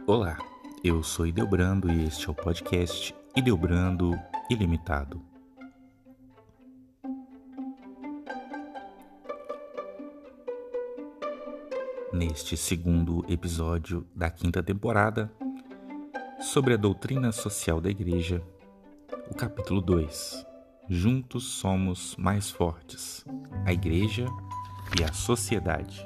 Olá, eu sou Ideobrando e este é o podcast Ideobrando Ilimitado. Neste segundo episódio da quinta temporada, sobre a doutrina social da Igreja, o capítulo 2, Juntos somos mais fortes, a Igreja e a Sociedade.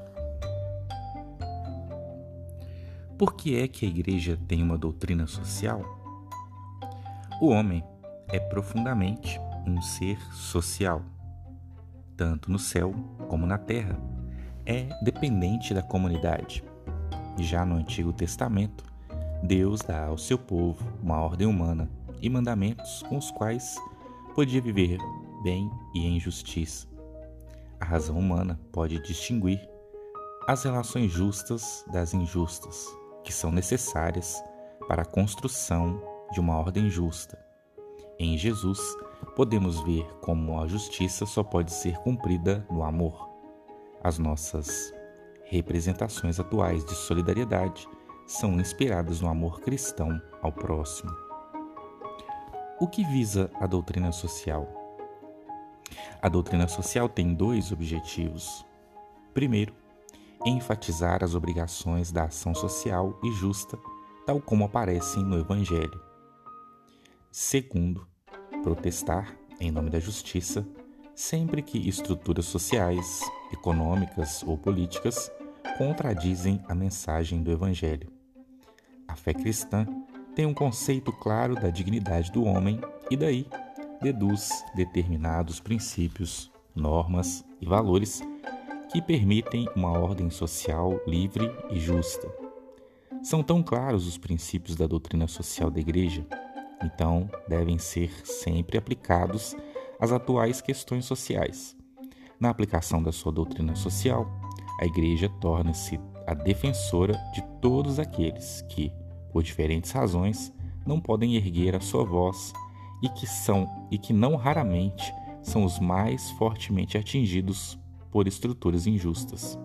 Por que é que a Igreja tem uma doutrina social? O homem é profundamente um ser social, tanto no céu como na terra. É dependente da comunidade. Já no Antigo Testamento, Deus dá ao seu povo uma ordem humana e mandamentos com os quais podia viver bem e em justiça. A razão humana pode distinguir as relações justas das injustas, que são necessárias para a construção de uma ordem justa. Em Jesus, podemos ver como a justiça só pode ser cumprida no amor. As nossas representações atuais de solidariedade são inspiradas no amor cristão ao próximo. O que visa a doutrina social? A doutrina social tem dois objetivos. Primeiro, enfatizar as obrigações da ação social e justa, tal como aparecem no Evangelho. Segundo, protestar, em nome da justiça, sempre que estruturas sociais, econômicas ou políticas contradizem a mensagem do Evangelho. A fé cristã tem um conceito claro da dignidade do homem e daí deduz determinados princípios, normas e valores que permitem uma ordem social livre e justa. São tão claros os princípios da doutrina social da Igreja, então devem ser sempre aplicados às atuais questões sociais. Na aplicação da sua doutrina social, a Igreja torna-se a defensora de todos aqueles que, por diferentes razões, não podem erguer a sua voz e que não raramente são os mais fortemente atingidos por estruturas injustas.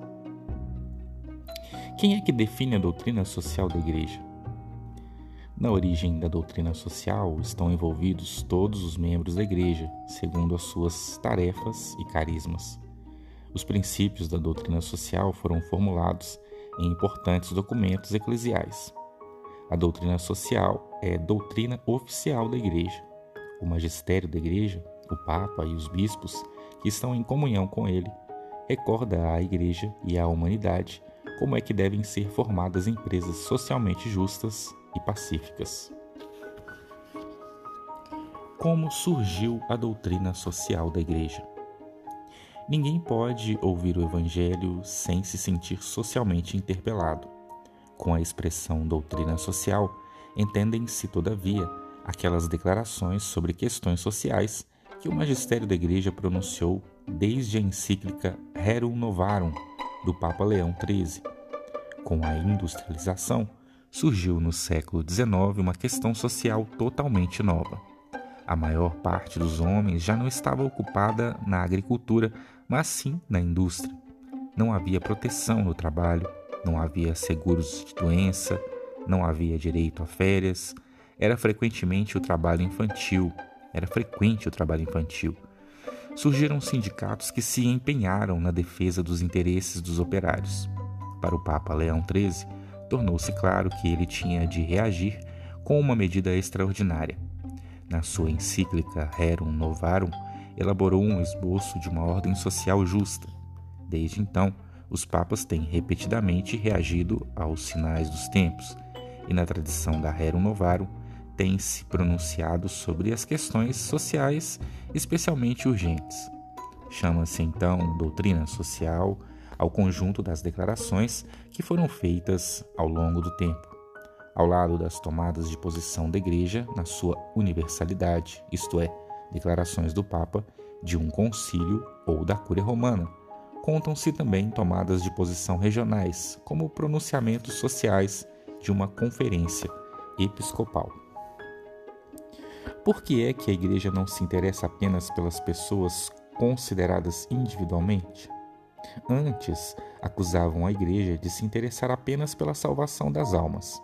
Quem é que define a doutrina social da Igreja? Na origem da doutrina social estão envolvidos todos os membros da Igreja, segundo as suas tarefas e carismas. Os princípios da doutrina social foram formulados em importantes documentos eclesiais. A doutrina social é doutrina oficial da Igreja. O magistério da Igreja, o Papa e os bispos, que estão em comunhão com ele, recorda à Igreja e à humanidade como é que devem ser formadas empresas socialmente justas e pacíficas. Como surgiu a doutrina social da Igreja? Ninguém pode ouvir o Evangelho sem se sentir socialmente interpelado. Com a expressão doutrina social, entendem-se, todavia, aquelas declarações sobre questões sociais que o magistério da Igreja pronunciou desde a encíclica Rerum Novarum, do Papa Leão XIII. Com a industrialização, surgiu no século XIX uma questão social totalmente nova. A maior parte dos homens já não estava ocupada na agricultura, mas sim na indústria. Não havia proteção no trabalho, não havia seguros de doença, não havia direito a férias, era frequente o trabalho infantil. Surgiram sindicatos que se empenharam na defesa dos interesses dos operários. Para o Papa Leão XIII, tornou-se claro que ele tinha de reagir com uma medida extraordinária. Na sua encíclica Rerum Novarum, elaborou um esboço de uma ordem social justa. Desde então, os papas têm repetidamente reagido aos sinais dos tempos, e na tradição da Rerum Novarum, tem se pronunciado sobre as questões sociais especialmente urgentes. Chama-se então doutrina social ao conjunto das declarações que foram feitas ao longo do tempo, ao lado das tomadas de posição da Igreja na sua universalidade, isto é, declarações do Papa, de um concílio ou da Cúria Romana. Contam-se também tomadas de posição regionais, como pronunciamentos sociais de uma conferência episcopal. Por que é que a Igreja não se interessa apenas pelas pessoas consideradas individualmente? Antes, acusavam a Igreja de se interessar apenas pela salvação das almas.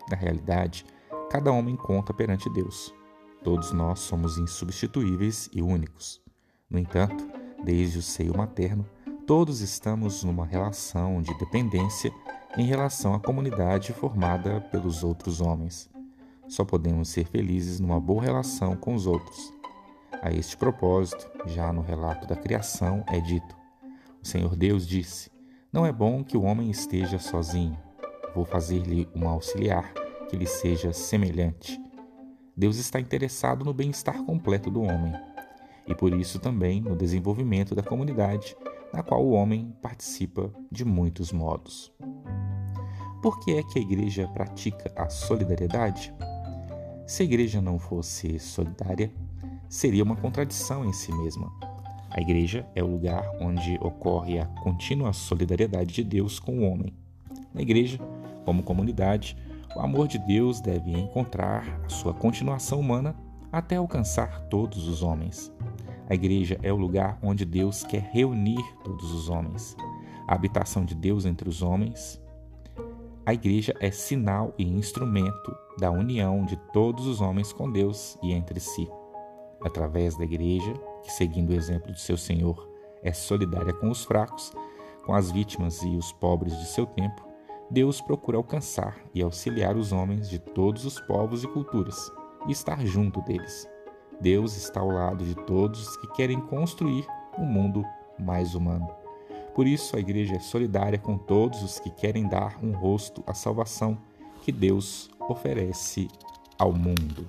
Na realidade, cada homem conta perante Deus. Todos nós somos insubstituíveis e únicos. No entanto, desde o seio materno, todos estamos numa relação de dependência em relação à comunidade formada pelos outros homens. Só podemos ser felizes numa boa relação com os outros. A este propósito, já no relato da criação é dito: o Senhor Deus disse: não é bom que o homem esteja sozinho. Vou fazer-lhe uma auxiliar que lhe seja semelhante. Deus está interessado no bem-estar completo do homem e por isso também no desenvolvimento da comunidade, na qual o homem participa de muitos modos. Por que é que a igreja pratica a solidariedade? Se a igreja não fosse solidária, seria uma contradição em si mesma. A igreja é o lugar onde ocorre a contínua solidariedade de Deus com o homem. Na igreja, como comunidade, o amor de Deus deve encontrar a sua continuação humana até alcançar todos os homens. A igreja é o lugar onde Deus quer reunir todos os homens. A habitação de Deus entre os homens. A igreja é sinal e instrumento da união de todos os homens com Deus e entre si. Através da igreja, que seguindo o exemplo de seu Senhor, é solidária com os fracos, com as vítimas e os pobres de seu tempo, Deus procura alcançar e auxiliar os homens de todos os povos e culturas e estar junto deles. Deus está ao lado de todos os que querem construir um mundo mais humano. Por isso, a igreja é solidária com todos os que querem dar um rosto à salvação que Deus oferece ao mundo.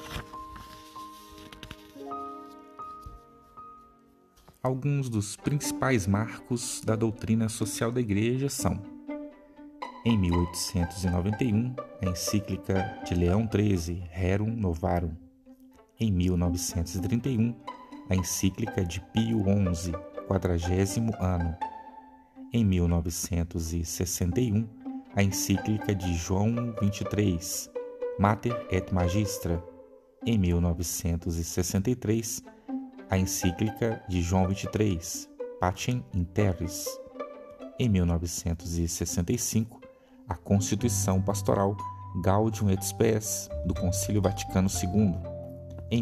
Alguns dos principais marcos da doutrina social da igreja são: em 1891, a encíclica de Leão XIII, Rerum Novarum. Em 1931, a encíclica de Pio XI, 40º ano. Em 1961, a encíclica de João XXIII, Mater et Magistra. Em 1963, a encíclica de João XXIII, Pacem in Terris. Em 1965, a Constituição Pastoral Gaudium et Spes do Concílio Vaticano II. Em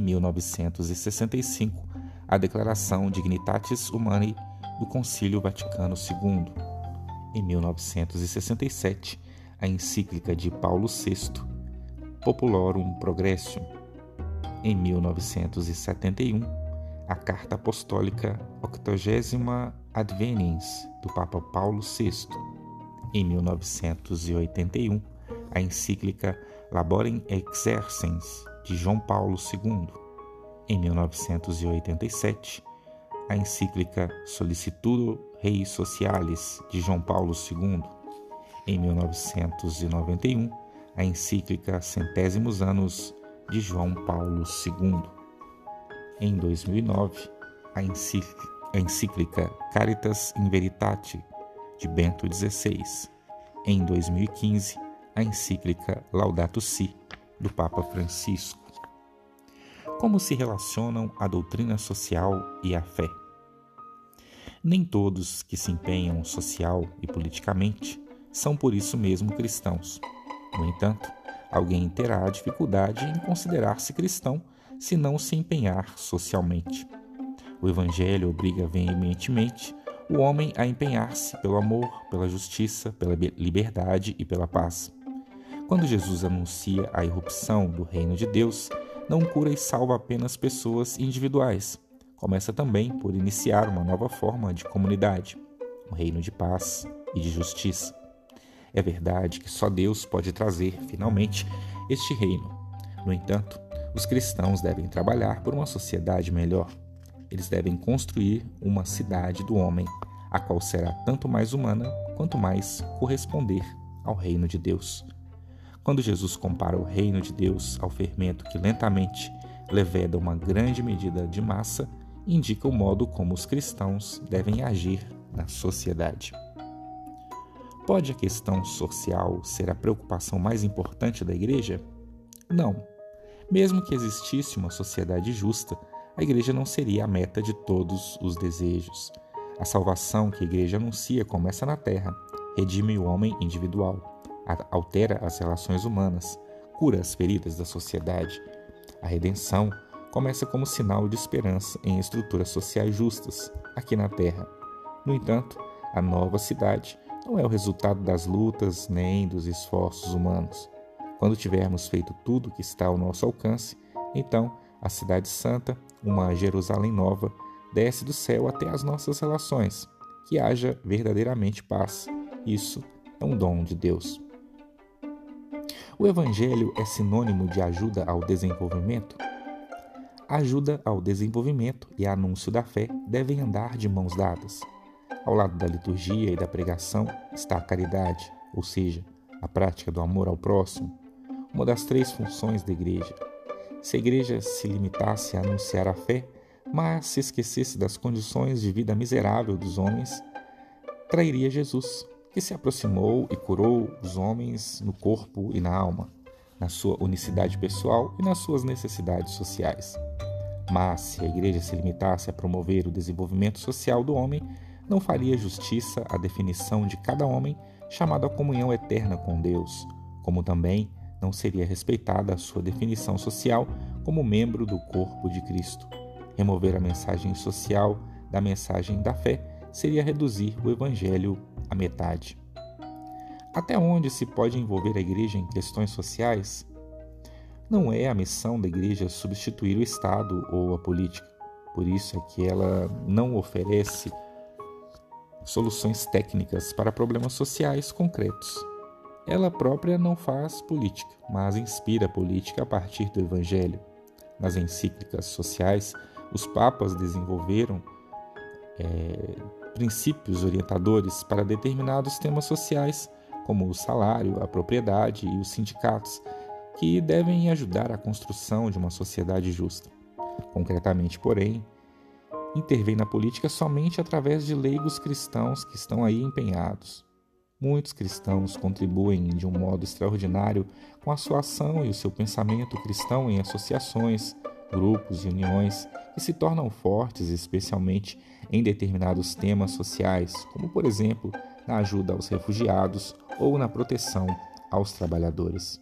1965, a Declaração Dignitatis Humanae do Concílio Vaticano II. Em 1967, a encíclica de Paulo VI, Populorum Progressium. Em 1971, a Carta Apostólica 80ª Adveniens do Papa Paulo VI. Em 1981, a encíclica Laborem Exercens de João Paulo II. Em 1987, a encíclica Sollicitudo Rei Socialis de João Paulo II. Em 1991, a encíclica Centésimos Anos de João Paulo II. Em 2009, a encíclica Caritas in Veritate de Bento XVI. Em 2015, a encíclica Laudato Si do Papa Francisco. Como se relacionam a doutrina social e a fé? Nem todos que se empenham social e politicamente são por isso mesmo cristãos. No entanto, alguém terá dificuldade em considerar-se cristão se não se empenhar socialmente. O Evangelho obriga veementemente o homem a empenhar-se pelo amor, pela justiça, pela liberdade e pela paz. Quando Jesus anuncia a irrupção do reino de Deus, não cura e salva apenas pessoas individuais. Começa também por iniciar uma nova forma de comunidade, um reino de paz e de justiça. É verdade que só Deus pode trazer, finalmente, este reino. No entanto, os cristãos devem trabalhar por uma sociedade melhor. Eles devem construir uma cidade do homem, a qual será tanto mais humana quanto mais corresponder ao reino de Deus. Quando Jesus compara o reino de Deus ao fermento que lentamente leveda uma grande medida de massa, indica o modo como os cristãos devem agir na sociedade. Pode a questão social ser a preocupação mais importante da igreja? Não. Mesmo que existisse uma sociedade justa, a igreja não seria a meta de todos os desejos. A salvação que a igreja anuncia começa na terra, redime o homem individual. altera as relações humanas, cura as feridas da sociedade. A redenção começa como sinal de esperança em estruturas sociais justas, aqui na Terra. No entanto, a nova cidade não é o resultado das lutas nem dos esforços humanos. Quando tivermos feito tudo que está ao nosso alcance, então a Cidade Santa, uma Jerusalém nova, desce do céu até as nossas relações, que haja verdadeiramente paz. Isso é um dom de Deus. O Evangelho é sinônimo de ajuda ao desenvolvimento? A ajuda ao desenvolvimento e anúncio da fé devem andar de mãos dadas. Ao lado da liturgia e da pregação está a caridade, ou seja, a prática do amor ao próximo, uma das 3 funções da igreja. Se a igreja se limitasse a anunciar a fé, mas se esquecesse das condições de vida miserável dos homens, trairia Jesus, que se aproximou e curou os homens no corpo e na alma, na sua unicidade pessoal e nas suas necessidades sociais. Mas, se a igreja se limitasse a promover o desenvolvimento social do homem, não faria justiça à definição de cada homem chamado à comunhão eterna com Deus, como também não seria respeitada a sua definição social como membro do corpo de Cristo. Remover a mensagem social da mensagem da fé seria reduzir o Evangelho à metade. Até onde se pode envolver a igreja em questões sociais? Não é a missão da igreja substituir o Estado ou a política. Por isso é que ela não oferece soluções técnicas para problemas sociais concretos. Ela própria não faz política, mas inspira a política a partir do Evangelho. Nas encíclicas sociais, os papas desenvolveram princípios orientadores para determinados temas sociais, como o salário, a propriedade e os sindicatos, que devem ajudar a construção de uma sociedade justa. Concretamente, porém, intervém na política somente através de leigos cristãos que estão aí empenhados. Muitos cristãos contribuem de um modo extraordinário com a sua ação e o seu pensamento cristão em associações, grupos e uniões que se tornam fortes, especialmente em determinados temas sociais, como, por exemplo, na ajuda aos refugiados ou na proteção aos trabalhadores.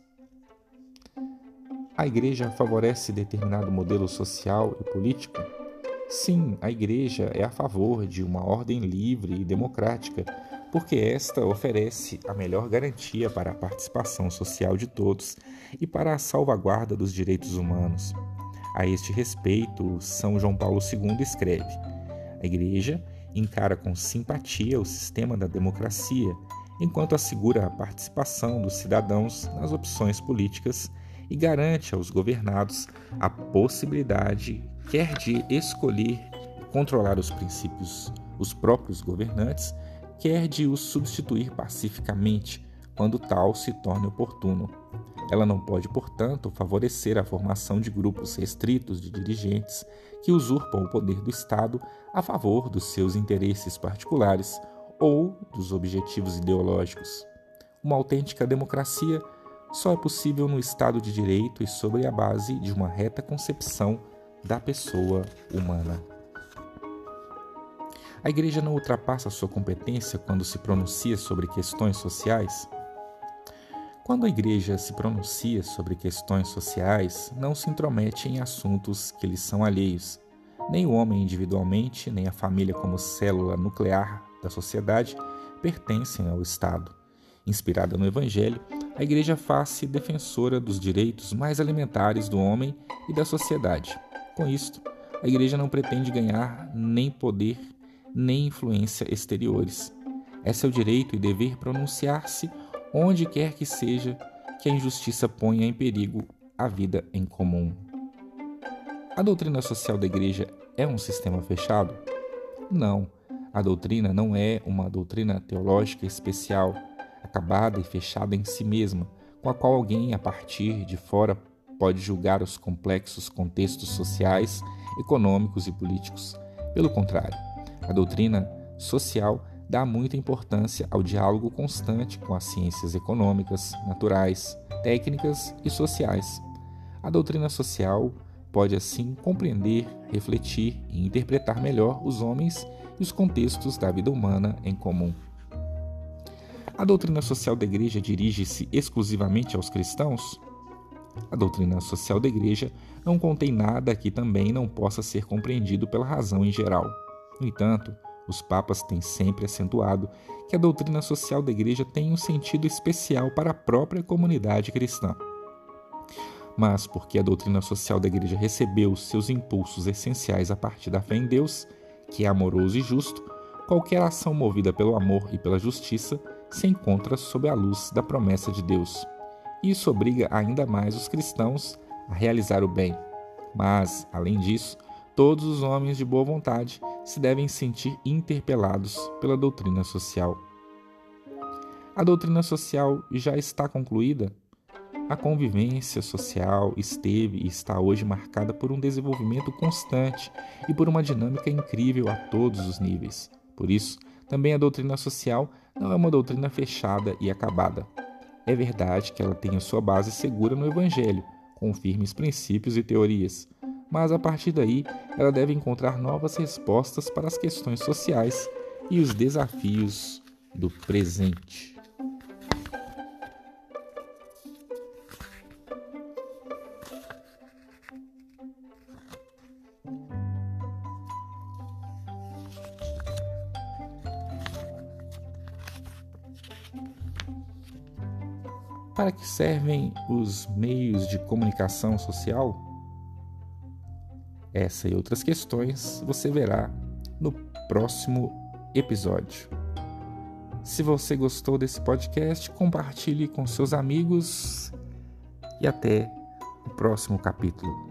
A igreja favorece determinado modelo social e político? Sim, a igreja é a favor de uma ordem livre e democrática, porque esta oferece a melhor garantia para a participação social de todos e para a salvaguarda dos direitos humanos. A este respeito, São João Paulo II escreve: a igreja encara com simpatia o sistema da democracia, enquanto assegura a participação dos cidadãos nas opções políticas e garante aos governados a possibilidade quer de escolher e controlar os princípios, os próprios governantes, quer de os substituir pacificamente, quando tal se torne oportuno. Ela não pode, portanto, favorecer a formação de grupos restritos de dirigentes que usurpam o poder do Estado a favor dos seus interesses particulares ou dos objetivos ideológicos. Uma autêntica democracia só é possível no Estado de Direito e sobre a base de uma reta concepção da pessoa humana. A Igreja não ultrapassa sua competência quando se pronuncia sobre questões sociais? Quando a Igreja se pronuncia sobre questões sociais, não se intromete em assuntos que lhes são alheios. Nem o homem individualmente, nem a família como célula nuclear da sociedade pertencem ao Estado. Inspirada no Evangelho, a Igreja faz-se defensora dos direitos mais elementares do homem e da sociedade. Com isto, a Igreja não pretende ganhar nem poder, nem influência exteriores. É seu direito e dever pronunciar-se onde quer que seja que a injustiça ponha em perigo a vida em comum. A doutrina social da Igreja é um sistema fechado? Não. A doutrina não é uma doutrina teológica especial, acabada e fechada em si mesma, com a qual alguém, a partir de fora, pode julgar os complexos contextos sociais, econômicos e políticos. Pelo contrário, a doutrina social dá muita importância ao diálogo constante com as ciências econômicas, naturais, técnicas e sociais. A doutrina social pode, assim, compreender, refletir e interpretar melhor os homens e os contextos da vida humana em comum. A doutrina social da Igreja dirige-se exclusivamente aos cristãos? A doutrina social da Igreja não contém nada que também não possa ser compreendido pela razão em geral. No entanto, os papas têm sempre acentuado que a doutrina social da Igreja tem um sentido especial para a própria comunidade cristã. Mas porque a doutrina social da Igreja recebeu seus impulsos essenciais a partir da fé em Deus, que é amoroso e justo, qualquer ação movida pelo amor e pela justiça se encontra sob a luz da promessa de Deus. Isso obriga ainda mais os cristãos a realizar o bem. Mas, além disso, todos os homens de boa vontade se devem sentir interpelados pela doutrina social. A doutrina social já está concluída? A convivência social esteve e está hoje marcada por um desenvolvimento constante e por uma dinâmica incrível a todos os níveis. Por isso, também a doutrina social não é uma doutrina fechada e acabada. É verdade que ela tem a sua base segura no Evangelho, com firmes princípios e teorias, mas a partir daí ela deve encontrar novas respostas para as questões sociais e os desafios do presente. Para que servem os meios de comunicação social? Essa e outras questões você verá no próximo episódio. Se você gostou desse podcast, compartilhe com seus amigos e até o próximo capítulo.